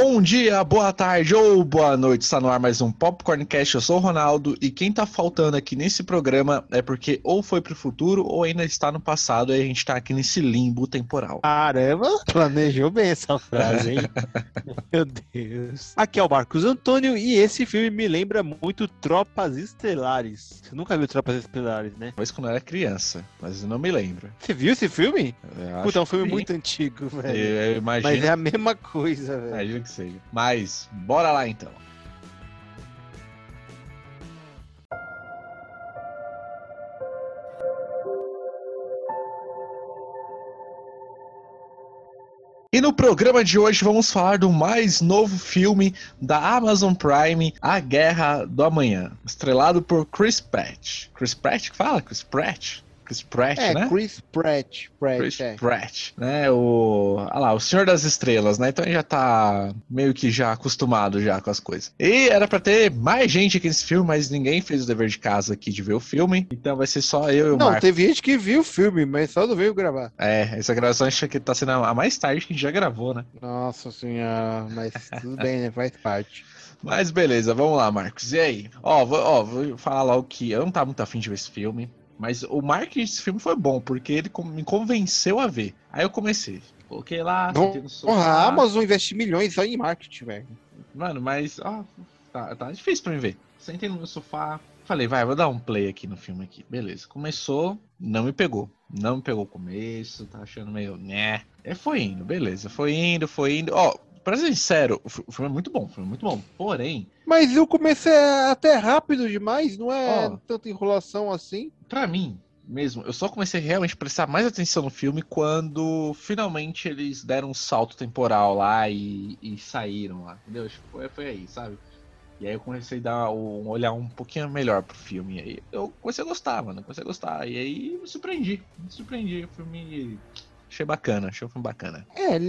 Bom dia, boa tarde ou boa noite, está no ar mais um Popcorncast, eu sou o Ronaldo e quem tá faltando aqui nesse programa é porque ou foi pro futuro ou ainda está no passado e a gente tá aqui nesse limbo temporal. Caramba, planejou bem essa frase, hein? Meu Deus. Aqui é o Marcos Antônio e esse filme me lembra muito Tropas Estelares. Você nunca viu Tropas Estelares, né? Mas quando eu era criança, mas eu não me lembro. Você viu esse filme? Puta, é um filme que sim. muito antigo, velho. Eu imagino, Mas é a mesma coisa, velho. imagino que seja. Mas, bora lá então. E no programa de hoje vamos falar do mais novo filme da Amazon Prime, A Guerra do Amanhã, estrelado por Chris Pratt. Chris Pratt que fala? Chris Pratt? Chris Pratt, né? Chris Pratt. Chris Pratt, né? O Senhor das Estrelas, né? Então ele já tá meio que já acostumado já com as coisas. E era pra ter mais gente aqui nesse filme, mas ninguém fez o dever de casa aqui de ver o filme. Então vai ser só eu e o Não, Marcos. teve gente que viu o filme, mas só não veio gravar. Essa gravação acho que tá sendo a mais tarde que a gente já gravou, né? Nossa senhora, mas tudo bem, né? Faz parte. Mas beleza, vamos lá, Marcos. E aí? Vou falar logo que eu não tava muito afim de ver esse filme. Mas o marketing desse filme foi bom, porque ele me convenceu a ver. Aí eu comecei. Coloquei lá, sentei no sofá. A Amazon investe milhões só em marketing, velho. Mano, mas tá difícil pra mim ver. Sentei no meu sofá, falei, vou dar um play aqui no filme aqui. Beleza, começou, não me pegou. Não me pegou o começo, tá achando meio, né? Foi indo, beleza, foi indo. Pra ser sincero, o filme é muito bom, porém... Mas o começo é até rápido demais, não é tanta enrolação assim. Pra mim, mesmo, eu só comecei a realmente prestar mais atenção no filme quando finalmente eles deram um salto temporal lá e saíram lá, entendeu? Foi aí, sabe? E aí eu comecei a dar um olhar um pouquinho melhor pro filme. E aí eu comecei a gostar, mano. E aí me surpreendi. O filme achei bacana, achei um filme bacana.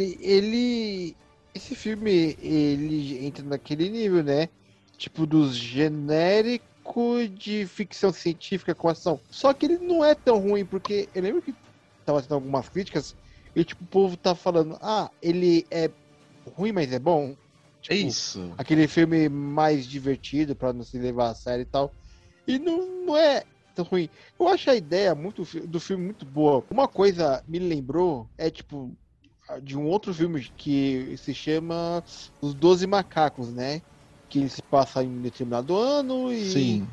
Esse filme, ele entra naquele nível, né? Tipo, dos genéricos de ficção científica com ação. Só que ele não é tão ruim, porque eu lembro que tava tendo algumas críticas e, tipo, o povo tá falando, ele é ruim, mas é bom. Tipo, É isso. Aquele filme mais divertido pra não se levar a sério e tal. E não é tão ruim. Eu acho a ideia do filme muito boa. Uma coisa me lembrou tipo de um outro filme que se chama Os 12 Macacos, né? Que ele se passa em um determinado ano e Sim.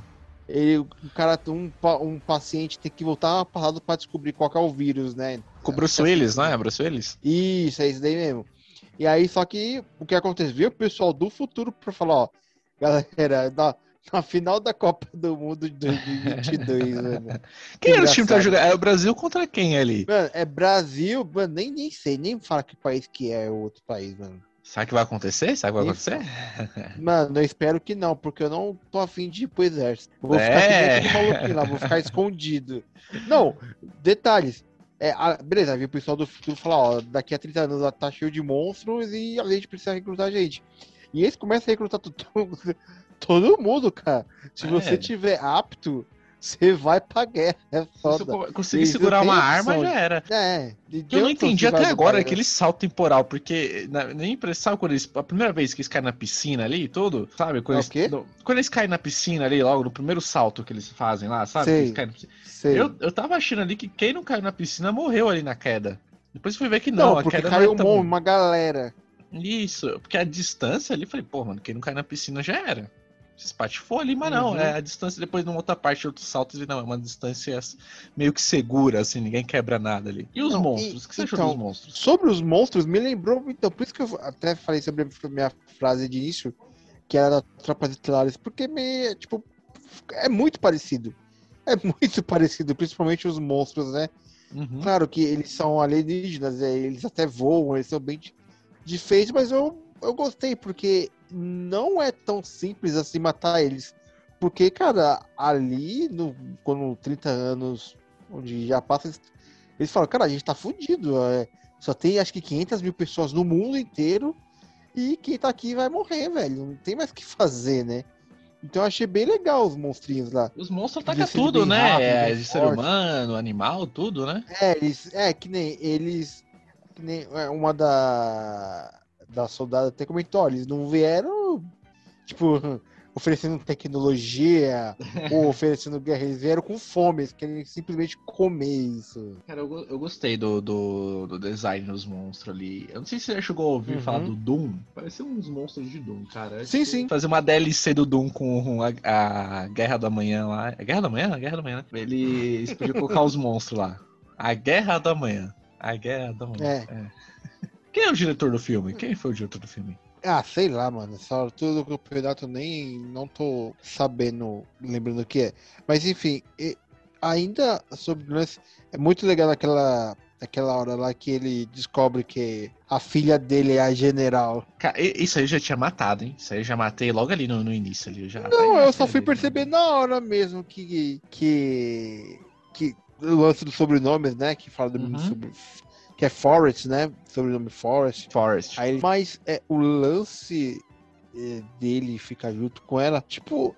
Um paciente tem que voltar ao passado para descobrir qual que é o vírus, né? Com o Bruce Willis, não é? Bruce Willis? Isso, é isso daí mesmo. E aí, só que o que acontece? Veio o pessoal do futuro para falar, galera, na final da Copa do Mundo de 2022, mano. Quem era o time que tá jogando? É o Brasil contra quem ali? Mano, é Brasil, mano, nem sei, nem fala que país que é o outro país, mano. Sabe o que vai acontecer? Mano, eu espero que não, porque eu não tô afim de ir pro exército. Eu vou ficar aqui dentro do maluquinho lá, vou ficar escondido. Não, detalhes. Beleza, vi o pessoal do futuro falar, daqui a 30 anos tá cheio de monstros e a gente precisa recrutar gente. E eles começam a recrutar todo mundo, cara. Se você tiver apto, você vai pra guerra. É foda. Se eu conseguir segurar uma arma, já era. Que eu não entendi até agora aquele salto temporal, porque nem sabe quando a primeira vez que eles caem na piscina ali e tudo, sabe? Quando eles caem na piscina ali, logo no primeiro salto que eles fazem lá, sabe? Sei, eles caem eu tava achando ali que quem não caiu na piscina morreu ali na queda. Depois fui ver que não, a porque queda caiu não é uma galera. Isso, porque a distância ali, falei, pô, mano, quem não cai na piscina já era. Se espatifou ali, mas não, a distância depois numa outra parte, outros saltos, não, é uma distância meio que segura, assim, ninguém quebra nada ali. E os monstros? O que você achou dos monstros? Sobre os monstros, me lembrou, então, por isso que eu até falei sobre a minha frase de início, que era da Tropas Estelares, porque é muito parecido. É muito parecido, principalmente os monstros, né? Uhum. Claro que eles são alienígenas, eles até voam, eles são bem diferentes, mas eu gostei, porque não é tão simples assim matar eles. Porque, cara, ali, quando 30 anos, onde já passa, eles falam, cara, a gente tá fudido. Só tem, acho que 500 mil pessoas no mundo inteiro e quem tá aqui vai morrer, velho. Não tem mais o que fazer, né? Então eu achei bem legal os monstrinhos lá. Os monstros atacam tudo, né? Rápido, de ser humano, animal, tudo, né? Que nem uma da soldada até comentou, olha, eles não vieram, tipo, oferecendo tecnologia ou oferecendo guerra, eles vieram com fome, eles querem simplesmente comer isso. Cara, eu gostei do design dos monstros ali. Eu não sei se você já chegou a ouvir falar do Doom. Parecia uns monstros de Doom, cara. É Sim, tipo, sim. fazer uma DLC do Doom com a Guerra da Manhã lá. É Guerra da Manhã? A Guerra da Manhã, né? Eles podiam colocar os monstros lá. A Guerra da Manhã. A Guerra da Manhã. É. É. Quem é o diretor do filme? Quem foi o diretor do filme? Ah, sei lá, mano. Essa altura do campeonato nem não tô sabendo, lembrando o que é. Mas enfim, ainda sobre o lance, é muito legal aquela hora lá que ele descobre que a filha dele é a general. Cara, isso aí eu já tinha matado, hein? Isso aí eu já matei logo ali no início ali. Eu já... Não, É, eu só filha fui dele, perceber né? na hora mesmo que o lance dos sobrenomes, né? Que fala do Uhum. sobre que é Forrest, né? Sobrenome Forrest. Forrest. Aí, mas o lance dele ficar junto com ela, tipo,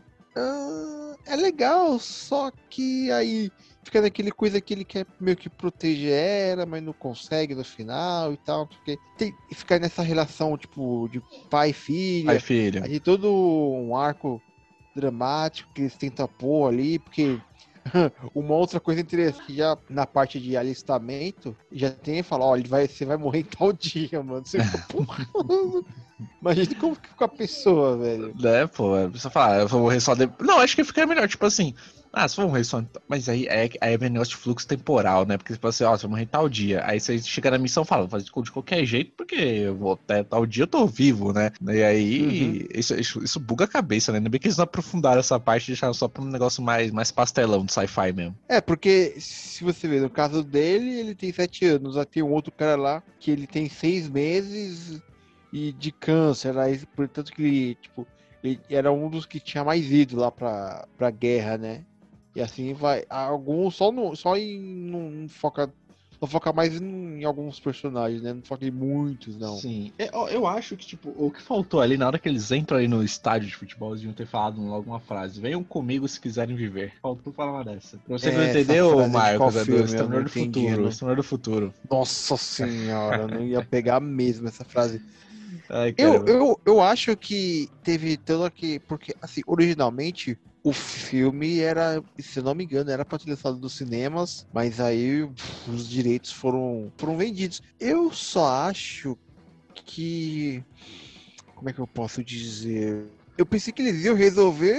é legal, só que aí fica naquele coisa que ele quer meio que proteger ela, mas não consegue no final e tal, porque fica nessa relação, tipo, de pai e Pai e filha, filha. aí todo um arco dramático que eles tentam pôr ali, porque uma outra coisa interessante, que já na parte de alistamento, já tem fala, ó, você vai morrer em tal dia, mano. Você fica, porra, imagina como que fica a pessoa, velho. Né, pô, você fala, eu vou morrer só de... Não, acho que fica melhor, tipo assim, se for morrer só. Mas aí vem negócio de fluxo temporal, né? Porque, tipo assim, ó, você vai morrer tal dia. Aí você chega na missão e fala, vou fazer de qualquer jeito, porque eu vou até tal dia eu tô vivo, né? E Uhum. aí, isso buga a cabeça, né? Ainda bem que eles não aprofundaram essa parte e deixaram só pra um negócio mais pastelão de sci-fi mesmo. É, porque se você ver, no caso dele, ele tem 7 anos. Aí tem um outro cara lá que ele tem 6 meses e de câncer. Aí, portanto que ele, tipo, ele era um dos que tinha mais ido lá pra guerra, né? E assim vai. Alguns só, no, só em. Não foca, só foca mais em alguns personagens, né? Não foca em muitos, não. Sim, eu acho que, tipo, o que faltou ali, na hora que eles entram ali no estádio de futebol, eles deviam ter falado logo uma frase: venham comigo se quiserem viver. Faltou falar uma dessa. Pra você que não Essa entendeu, frase é de qual Marcos, é do filme? Eu não Exterminador do entendi. Futuro. Exterminador do Futuro. Nossa senhora, eu não ia pegar mesmo essa frase. Ai, Eu, caramba. eu, eu acho que teve tanto que. Porque, assim, originalmente o filme era, se eu não me engano, era para ter lançado dos cinemas, mas aí os direitos foram vendidos. Eu só acho que. Como é que eu posso dizer? Eu pensei que eles iam resolver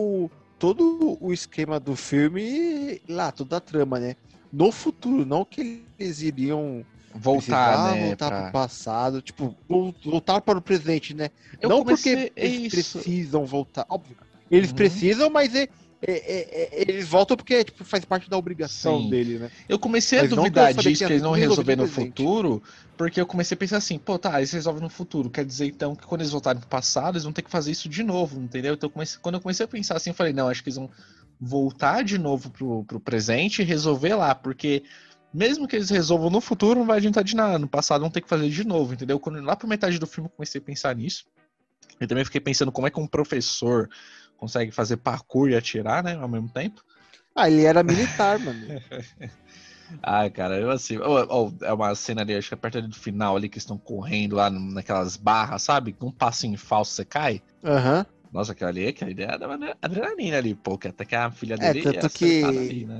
todo o esquema do filme lá, toda a trama, né? No futuro, não que eles iriam Voltar, precisar né, voltar pro pra... passado, tipo, voltar para o presente, né? Eu Não porque comecei... É eles isso. precisam voltar, óbvio. Eles Uhum. precisam, mas eles voltam porque tipo, faz parte da obrigação Sim. dele, né? Eu comecei a Mas não que eu duvidar sabia disso, que ia que ser eles não tudo resolvido resolver no no presente. futuro, porque eu comecei a pensar assim, pô, tá, eles resolvem no futuro. Quer dizer, então, que quando eles voltarem pro passado, eles vão ter que fazer isso de novo, entendeu? Então, quando eu comecei a pensar assim, eu falei, não, acho que eles vão voltar de novo pro presente e resolver lá, porque mesmo que eles resolvam no futuro, não vai adiantar de nada. No passado vão ter que fazer de novo, entendeu? Quando lá pra metade do filme eu comecei a pensar nisso. Eu também fiquei pensando como é que um professor consegue fazer parkour e atirar, né, ao mesmo tempo. Ah, ele era militar, mano. Ah, cara, eu assim. É uma cena ali, acho que é perto ali do final ali, que estão correndo lá naquelas barras, sabe? Um passinho falso você cai. Aham. Nossa, aquela ali é da adrenalina ali, pô, que até que a filha É, dele é tanto acertada ali, que. né?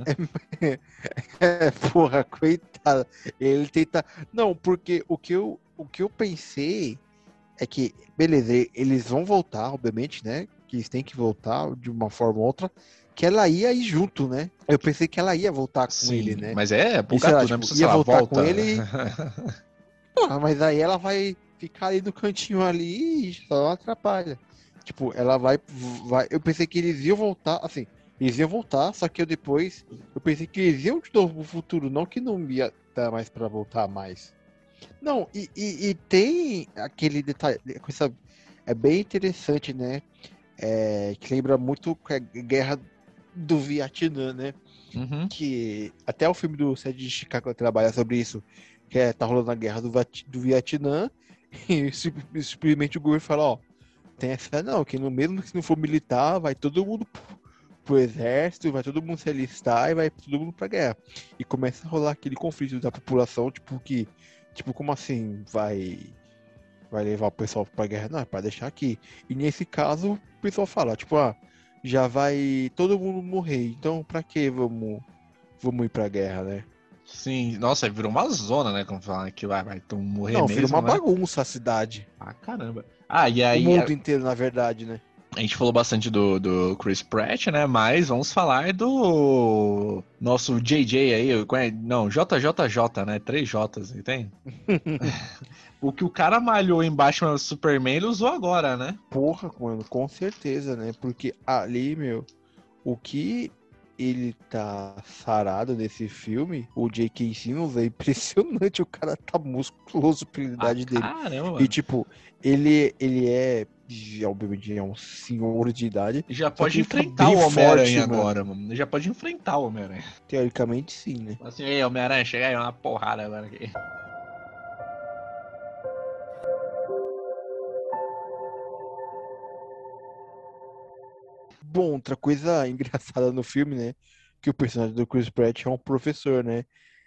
Porra, coitado. Ele tenta. Não, porque o que eu pensei é que, beleza, eles vão voltar, obviamente, né? Que eles têm que voltar de uma forma ou outra. Que ela ia ir junto, né? Eu pensei que ela ia voltar com ele, Sim, né? mas é E sei bugar lá, tudo, né? tipo, Precisa, sei ia lá, voltar com volta. ele. Ah, mas aí ela vai ficar ali no cantinho ali e só atrapalha. Tipo, ela vai. Eu pensei que eles iam voltar, assim, eles iam voltar, só que eu depois. Eu pensei que eles iam de novo pro futuro, não que não ia dar mais pra voltar mais. Não, e tem aquele detalhe, coisa, é bem interessante, né? Que lembra muito a guerra do Vietnã, né? Uhum. Que até o filme do Sede de Chicago trabalha sobre isso, tá rolando a guerra do Vietnã, e simplesmente o governo fala, ó, tem essa não, que mesmo que não for militar, vai todo mundo pro exército, vai todo mundo se alistar e vai todo mundo pra guerra. E começa a rolar aquele conflito da população, tipo, como assim vai. vai levar o pessoal pra guerra, não, é pra deixar aqui. E nesse caso, o pessoal fala, tipo, já vai todo mundo morrer, então pra que vamos ir pra guerra, né? Sim, nossa, virou uma zona, né? Como falar que vai então morrer Não, vira uma mesmo, né? bagunça a cidade. Ah, caramba. Ah, e O aí mundo inteiro, na verdade, né? a gente falou bastante do Chris Pratt, né? Mas vamos falar do nosso JJ aí, não, JJJ, né? 3 Js, tem? O que o cara malhou embaixo do Superman, ele usou agora, né? Porra, mano, com certeza, né? Porque ali, meu, o que ele tá sarado nesse filme, o J.K. Simmons é impressionante, o cara tá musculoso pela Ah, idade dele. caramba, E mano. tipo, ele é, obviamente, é um senhor de idade, Já só que pode ele tá enfrentar bem o Homem-Aranha forte, agora, mano. mano. Já pode enfrentar o Homem-Aranha. Teoricamente sim, né? Fala assim, ei, Homem-Aranha, chega aí, uma porrada agora aqui. Bom, outra coisa engraçada no filme, né? Que o personagem do Chris Pratt é um professor, né?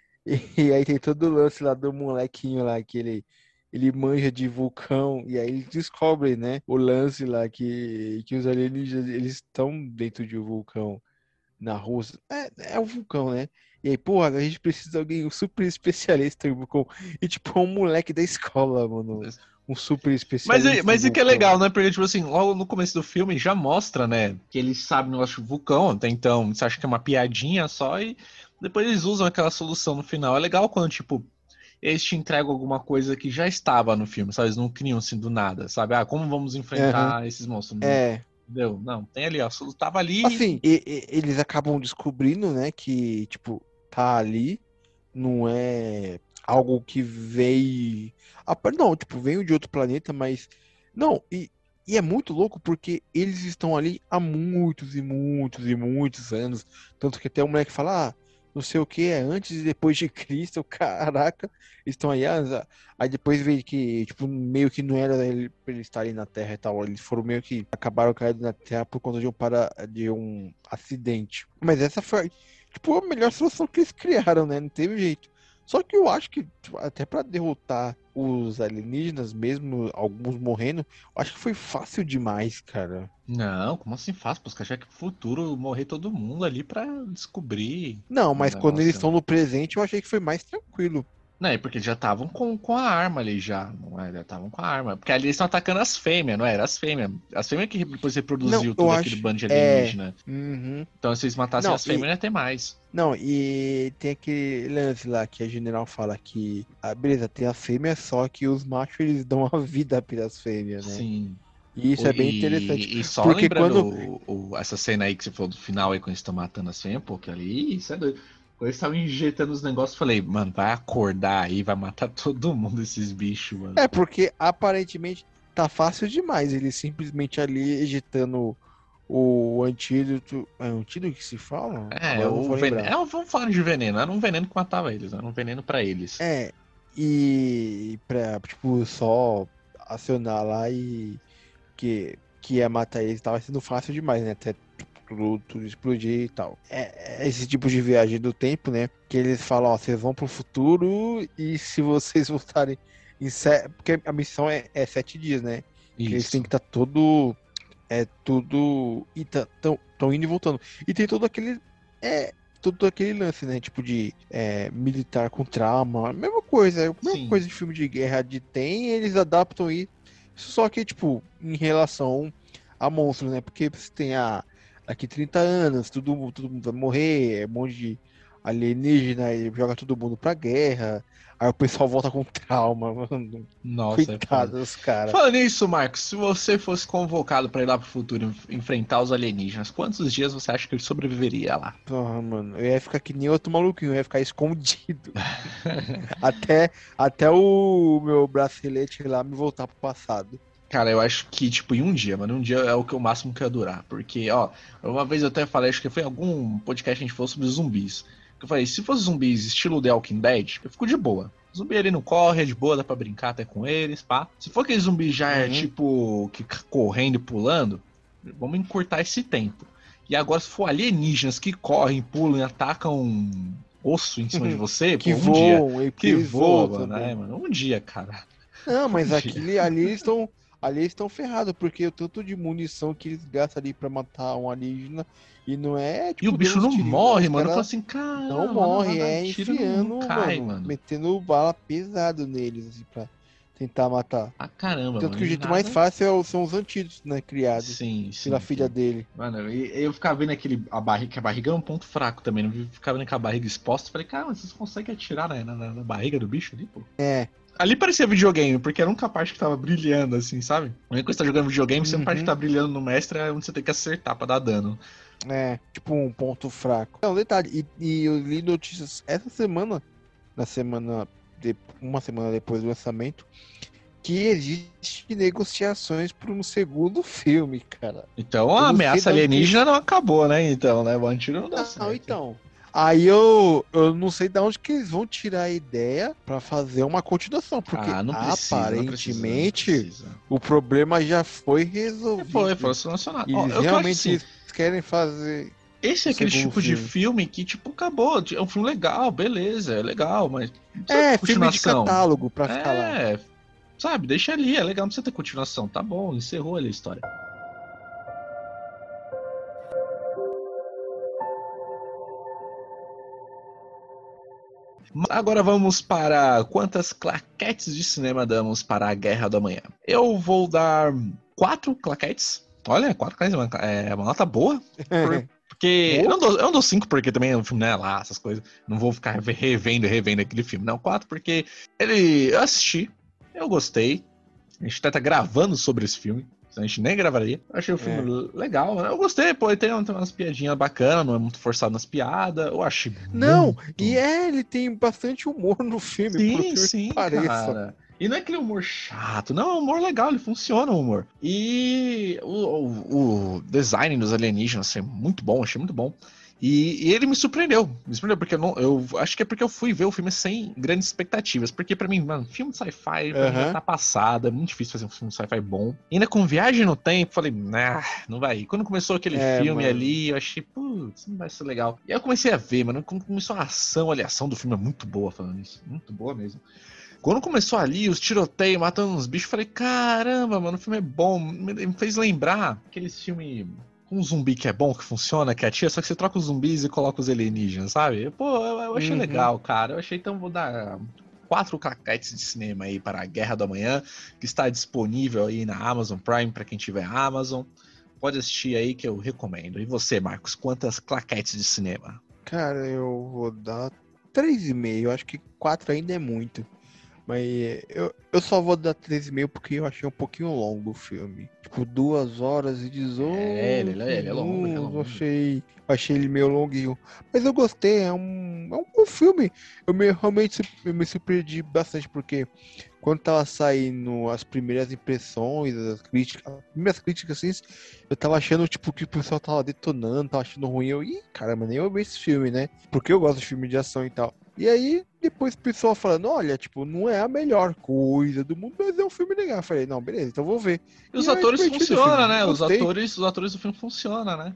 E aí tem todo o lance lá do molequinho lá, que ele manja de vulcão, e aí eles descobrem, né, o lance lá que os alienígenas, eles estão dentro de um vulcão na Rússia. É um vulcão, né? E aí, porra, a gente precisa de alguém, um super especialista em vulcão. E tipo, é um moleque da escola, mano. Um super especialista em Mas é que é vulcão. legal, né? Porque, tipo assim, logo no começo do filme já mostra, né? Que eles sabem o negócio de vulcão, até então você acha que é uma piadinha só, e depois eles usam aquela solução no final. É legal quando, tipo, eles te entregam alguma coisa que já estava no filme, sabe? Eles não criam assim do nada, sabe? Ah, como vamos Aham. enfrentar esses monstros? É. Entendeu? Não, tem ali, ó. Tava ali. Assim, eles acabam descobrindo, né, que, tipo, tá ali. Não é algo que veio. Não, tipo, veio de outro planeta, mas. Não, e é muito louco porque eles estão ali há muitos e muitos e muitos anos. Tanto que até o moleque fala, não sei o que, é antes e depois de Cristo, caraca, eles estão aí. Aí depois veio que, tipo, meio que não era pra eles estarem na Terra e tal. Eles foram meio que acabaram caindo na Terra por conta de um acidente. Mas essa foi tipo, a melhor solução que eles criaram, né? Não teve jeito. Só que eu acho que, tipo, até pra derrotar os alienígenas, mesmo alguns morrendo, eu acho que foi fácil demais, cara. Não, como assim faz? Pô, os caras acham que no futuro morrer todo mundo ali pra descobrir Não, o mas quando eles negócio. estão no presente, eu achei que foi mais tranquilo. Não, é porque já estavam com a arma ali já, não é? Já estavam com a arma. Porque ali eles estão atacando as fêmeas, não era? As fêmeas. As fêmeas que depois Não, reproduziu eu todo aquele acho. bando de É. alienígena. Uhum. Então se eles matassem Não, as fêmeas, não ia ter mais. não, e tem aquele lance lá que a general fala que, beleza, tem as fêmeas, só que os machos eles dão a vida pelas fêmeas, né? Sim. E isso é bem interessante. E só Porque lembrando quando. essa cena aí que você falou do final aí, quando eles estão matando as fêmeas, pô, que ali, isso é doido. Quando eles estavam injetando os negócios, eu falei, mano, vai acordar aí, vai matar todo mundo esses bichos, mano. É, porque aparentemente tá fácil demais. Ele simplesmente ali editando o antídoto. É antídoto que se fala? É, Agora eu não o vou veneno. lembrar. Vamos falar de veneno. Era um veneno que matava eles, era um veneno pra eles. É, e pra, tipo, só acionar lá e que ia matar eles tava sendo fácil demais, né? Até tudo explodir e tal. É esse tipo de viagem do tempo, né? Que eles falam, ó, vocês vão pro futuro e se vocês voltarem porque a missão é 7 dias, né? Que eles têm Isso. que estar todo. É tudo. E tão indo e voltando. E tem todo aquele. Todo aquele lance, né? Tipo de militar com trauma. Mesma Sim. coisa de filme de guerra de tem, eles adaptam isso. Só que, tipo, em relação a monstros, né? Porque você tem daqui 30 anos, todo mundo vai morrer, é um monte de alienígena, e joga todo mundo pra guerra. Aí o pessoal volta com trauma, mano. Nossa, é foda. Coitado dos caras. Falando nisso, Marcos, se você fosse convocado pra ir lá pro futuro enfrentar os alienígenas, quantos dias você acha que ele sobreviveria lá? Porra, mano, eu ia ficar que nem outro maluquinho, eu ia ficar escondido. Até o meu bracelete lá me voltar pro passado. Cara, eu acho que, tipo, em um dia, mano, um dia é o máximo que ia durar. Porque, ó, uma vez eu até falei, acho que foi em algum podcast que a gente falou sobre zumbis. Eu falei, se fosse zumbis estilo The Walking Dead, eu fico de boa. Zumbi ele não corre, é de boa, dá pra brincar até com eles, pá. Se for aquele zumbi já é Uhum. tipo, que correndo e pulando, vamos encurtar esse tempo. E agora, se for alienígenas que correm, pulam e atacam osso em cima de você, Que pô, um dia. voam, e porque Que eles voam voa, mano. É, também. mano, um dia, cara. Não, mas Podia. ali eles estão ferrados, porque o tanto de munição que eles gastam ali pra matar um alienígena, e não é, E o tipo, dando bicho uns não tirinhos, não. morre, Os mano. Eu falo caras assim, não caramba, na hora morrem, da é tira não enfiando, cai, mano, mano. metendo bala pesado neles, assim, pra tentar matar. Ah, caramba, Tanto mano. que o E jeito mais nada. fácil são os antídotos, né, criados Sim, pela sim, filha sim. dele. Mano, e eu ficava vendo a barriga, que a barriga é um ponto fraco também, não ficava vendo com a barriga exposta. Falei, cara, mas vocês conseguem atirar na barriga do bicho ali, pô? É. Ali parecia videogame, porque era a única parte que tava brilhando, assim, sabe? A única coisa que você tá jogando videogame, sempre a parte que Uhum. tá brilhando no mestre é onde você tem que acertar pra dar dano. É, tipo um ponto fraco. Não, detalhe, e eu li notícias essa semana, na semana uma semana depois do lançamento, que existe negociações para um segundo filme, cara. Então Eu a não sei ameaça de onde que alienígena eles... não acabou, né? Então, né? O antigo não deu Não, certo. então. Aí eu não sei de onde que eles vão tirar a ideia para fazer uma continuação, porque Ah, não precisa, não precisa, não aparentemente precisa. o problema já foi Foi resolvido. solucionado. E Ó, eles eu que eu acho realmente assim, eles querem fazer esse o é aquele segundo tipo de filme. filme que, tipo, acabou. É um filme legal, beleza, é legal, mas não precisa ter É, filme de continuação. catálogo pra ficar lá. É, sabe, deixa ali, é legal, não precisa ter continuação. Tá bom, encerrou ali a história. Agora vamos para quantas claquetes de cinema damos para a Guerra do Amanhã. Eu vou dar 4 claquetes. Olha, 4 claquetes é uma nota boa. Porque. Pô, Eu não dou 5 porque também o filme não é lá, essas coisas. Não vou ficar revendo e revendo aquele filme. Não, 4 porque eu assisti, eu gostei. A gente tá gravando sobre esse filme. A gente nem gravaria. Eu achei o é. filme legal. Eu gostei, pô. Tem umas piadinhas bacanas, não é muito forçado nas piadas. Eu achei Não, e muito. ele tem bastante humor no filme, por Sim, incrível que sim, pareça. cara. E não é aquele humor chato, não, é um humor legal, ele funciona o humor. E o design dos alienígenas é muito bom, achei muito bom. E ele me surpreendeu, porque eu acho que é porque eu fui ver o filme sem grandes expectativas. Porque pra mim, mano, filme de sci-fi, pra mim já Aham. tá passado, é muito difícil fazer um filme de sci-fi bom. E ainda com viagem no tempo, falei, nah, não vai. E quando começou aquele É, filme mano. ali, eu achei, putz, não vai ser legal. E aí eu comecei a ver, mano, quando começou a ação, a ação do filme é muito boa falando isso, muito boa mesmo. Quando começou ali, os tiroteios, matando uns bichos, eu falei, caramba, mano, o filme é bom. Me fez lembrar aquele filme com um zumbi que é bom, que funciona, que atira, só que você troca os zumbis e coloca os alienígenas, sabe? Pô, eu achei Uhum. legal, cara. Eu achei, então vou dar 4 claquetes de cinema aí para a Guerra do Amanhã, que está disponível aí na Amazon Prime para quem tiver Amazon. Pode assistir aí que eu recomendo. E você, Marcos, quantas claquetes de cinema? Cara, eu vou dar 3,5. Acho que 4 ainda é muito. Mas eu só vou dar 3,5 porque eu achei um pouquinho longo o filme. Tipo, 2 horas e É, 18 ele é longo, ele é minutos. longo. Achei ele meio longuinho. Mas eu gostei, é um bom filme. Realmente eu me surpreendi bastante porque quando tava saindo as primeiras impressões, as primeiras críticas assim, eu tava achando tipo que o pessoal tava detonando, tava achando ruim. Ih, caramba, nem eu vi esse filme, né? Porque eu gosto de filme de ação e tal. E aí, depois o pessoal falando, olha, tipo, não é a melhor coisa do mundo, mas é um filme legal. Eu falei, não, beleza, então vou ver. E E os é atores divertido o funcionam, filme, né? gostei. Os atores do filme funcionam, né?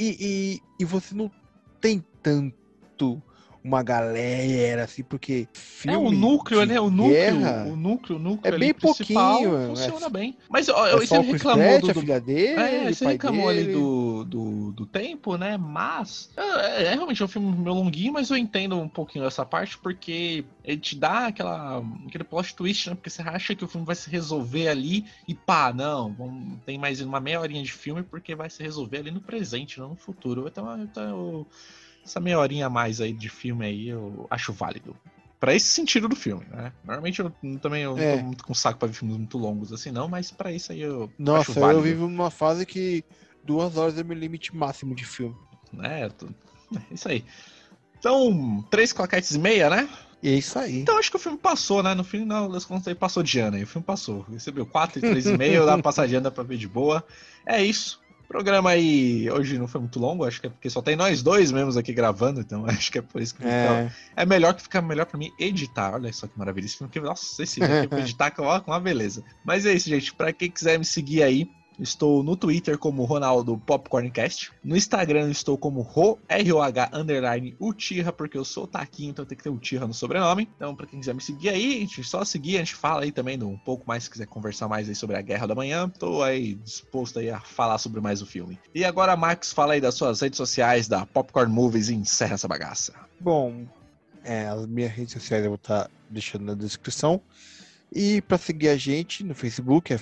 E você não tem tanto uma galera, assim, porque É o filme núcleo, de né? guerra O é núcleo ali bem pouquinho, principal mano. funciona bem. Mas É você só o Chris reclamou Pratt, a filha dele, o você pai reclamou ali dele. do tempo, né? Mas é realmente um filme meio longuinho, mas eu entendo um pouquinho essa parte porque ele te dá aquele plot twist, né? Porque você acha que o filme vai se resolver ali e pá, não, tem mais uma meia horinha de filme porque vai se resolver ali no presente, não no futuro. Então essa meia horinha a mais aí de filme aí eu acho válido. Pra esse sentido do filme, né? Normalmente eu não tô É, muito com saco pra ver filmes muito longos assim, não, mas pra isso aí eu acho nossa, eu válido, vivo numa fase que 2 horas é meu limite máximo de filme. né? É isso aí. Então, 3 claquetes e meia, né? E é isso aí. Então acho que o filme passou, né? No final das contas aí passou de ano aí. O filme passou. Recebeu 4 e 3,5, dá uma passadinha, dá pra ver de boa. É isso. O programa aí hoje não foi muito longo, acho que é porque só tem nós dois mesmos aqui gravando, então acho que é por isso que fica. É. É melhor que fica melhor pra mim editar. Olha só que maravilha esse filme. Nossa, esse daqui pra editar com uma beleza. Mas é isso, gente. Pra quem quiser me seguir aí, Estou no Twitter como Ronaldo Popcorncast. No Instagram estou como ROH_Uchiha, porque eu sou Taquinho, então tem que ter Uchiha no sobrenome. Então, pra quem quiser me seguir aí, a gente só seguir, a gente fala aí também um pouco mais, se quiser conversar mais aí sobre a Guerra da Manhã. Tô aí disposto aí a falar sobre mais o filme. E agora, Max, fala aí das suas redes sociais da Popcorn Movies e encerra essa bagaça. Bom, as minhas redes sociais eu vou estar deixando na descrição. E para seguir a gente no Facebook, é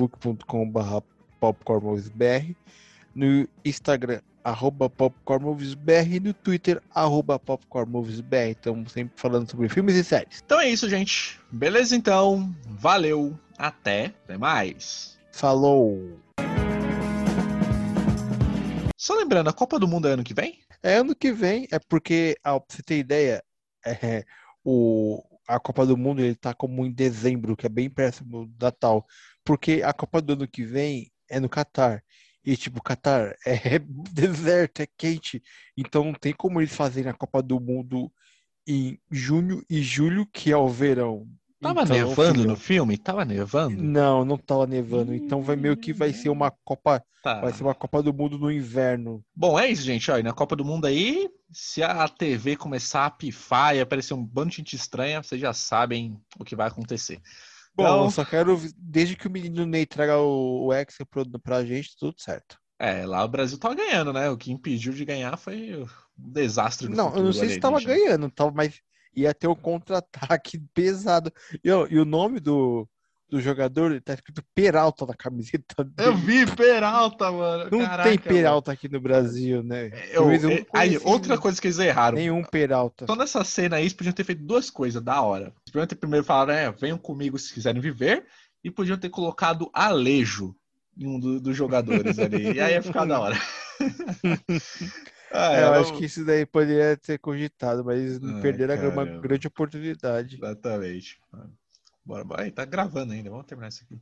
facebook.com/popcornmoviesbr, no Instagram, @popcornmoviesbr, e no Twitter, @popcornmoviesbr. Estamos sempre falando sobre filmes e séries. Então é isso, gente. Beleza, então. Valeu. Até mais. Falou! Só lembrando, a Copa do Mundo é ano que vem? É ano que vem, é porque, pra você ter ideia, é, a Copa do Mundo ele tá como em dezembro, que é bem próximo do Natal, porque a Copa do ano que vem é no Catar. E tipo, Catar é deserto, é quente, então não tem como eles fazerem a Copa do Mundo em junho e julho, que é o verão. Tava Então, nevando no filho, filme? Tava nevando? não tava nevando, então vai ser uma Copa, vai ser Tá. uma Copa do Mundo no inverno. Bom, é isso, gente. Ó, e na Copa do Mundo aí, se a TV começar a pifar e aparecer um bando de gente estranha, vocês já sabem o que vai acontecer. Bom, eu Então, só quero, desde que o menino Ney traga o Hexa pra gente, tudo certo. lá o Brasil tava ganhando, né? O que impediu de ganhar foi o desastre do Não, eu não futuro sei se tava alienígena. ganhando, tava, mas ia ter um contra-ataque pesado. E o nome do jogador, tá escrito Peralta na camiseta Eu dele. vi Peralta, mano. Não tem Caraca, mano. Peralta aqui no Brasil, né? Pelo menos eu nunca Aí, conheci outra coisa que eles erraram. nenhum Peralta. Só nessa cena aí, eles podiam ter feito duas coisas da hora. Eles podiam ter primeiro falado, venham comigo se quiserem viver, e podiam ter colocado Alejo em um dos jogadores ali. E aí ia ficar da hora. É, eu acho que Vamos. isso daí poderia ser cogitado, mas eles Ai, perderam uma caramba. grande oportunidade. Exatamente. Bora, bora. Aí, tá gravando ainda. Vamos terminar isso aqui.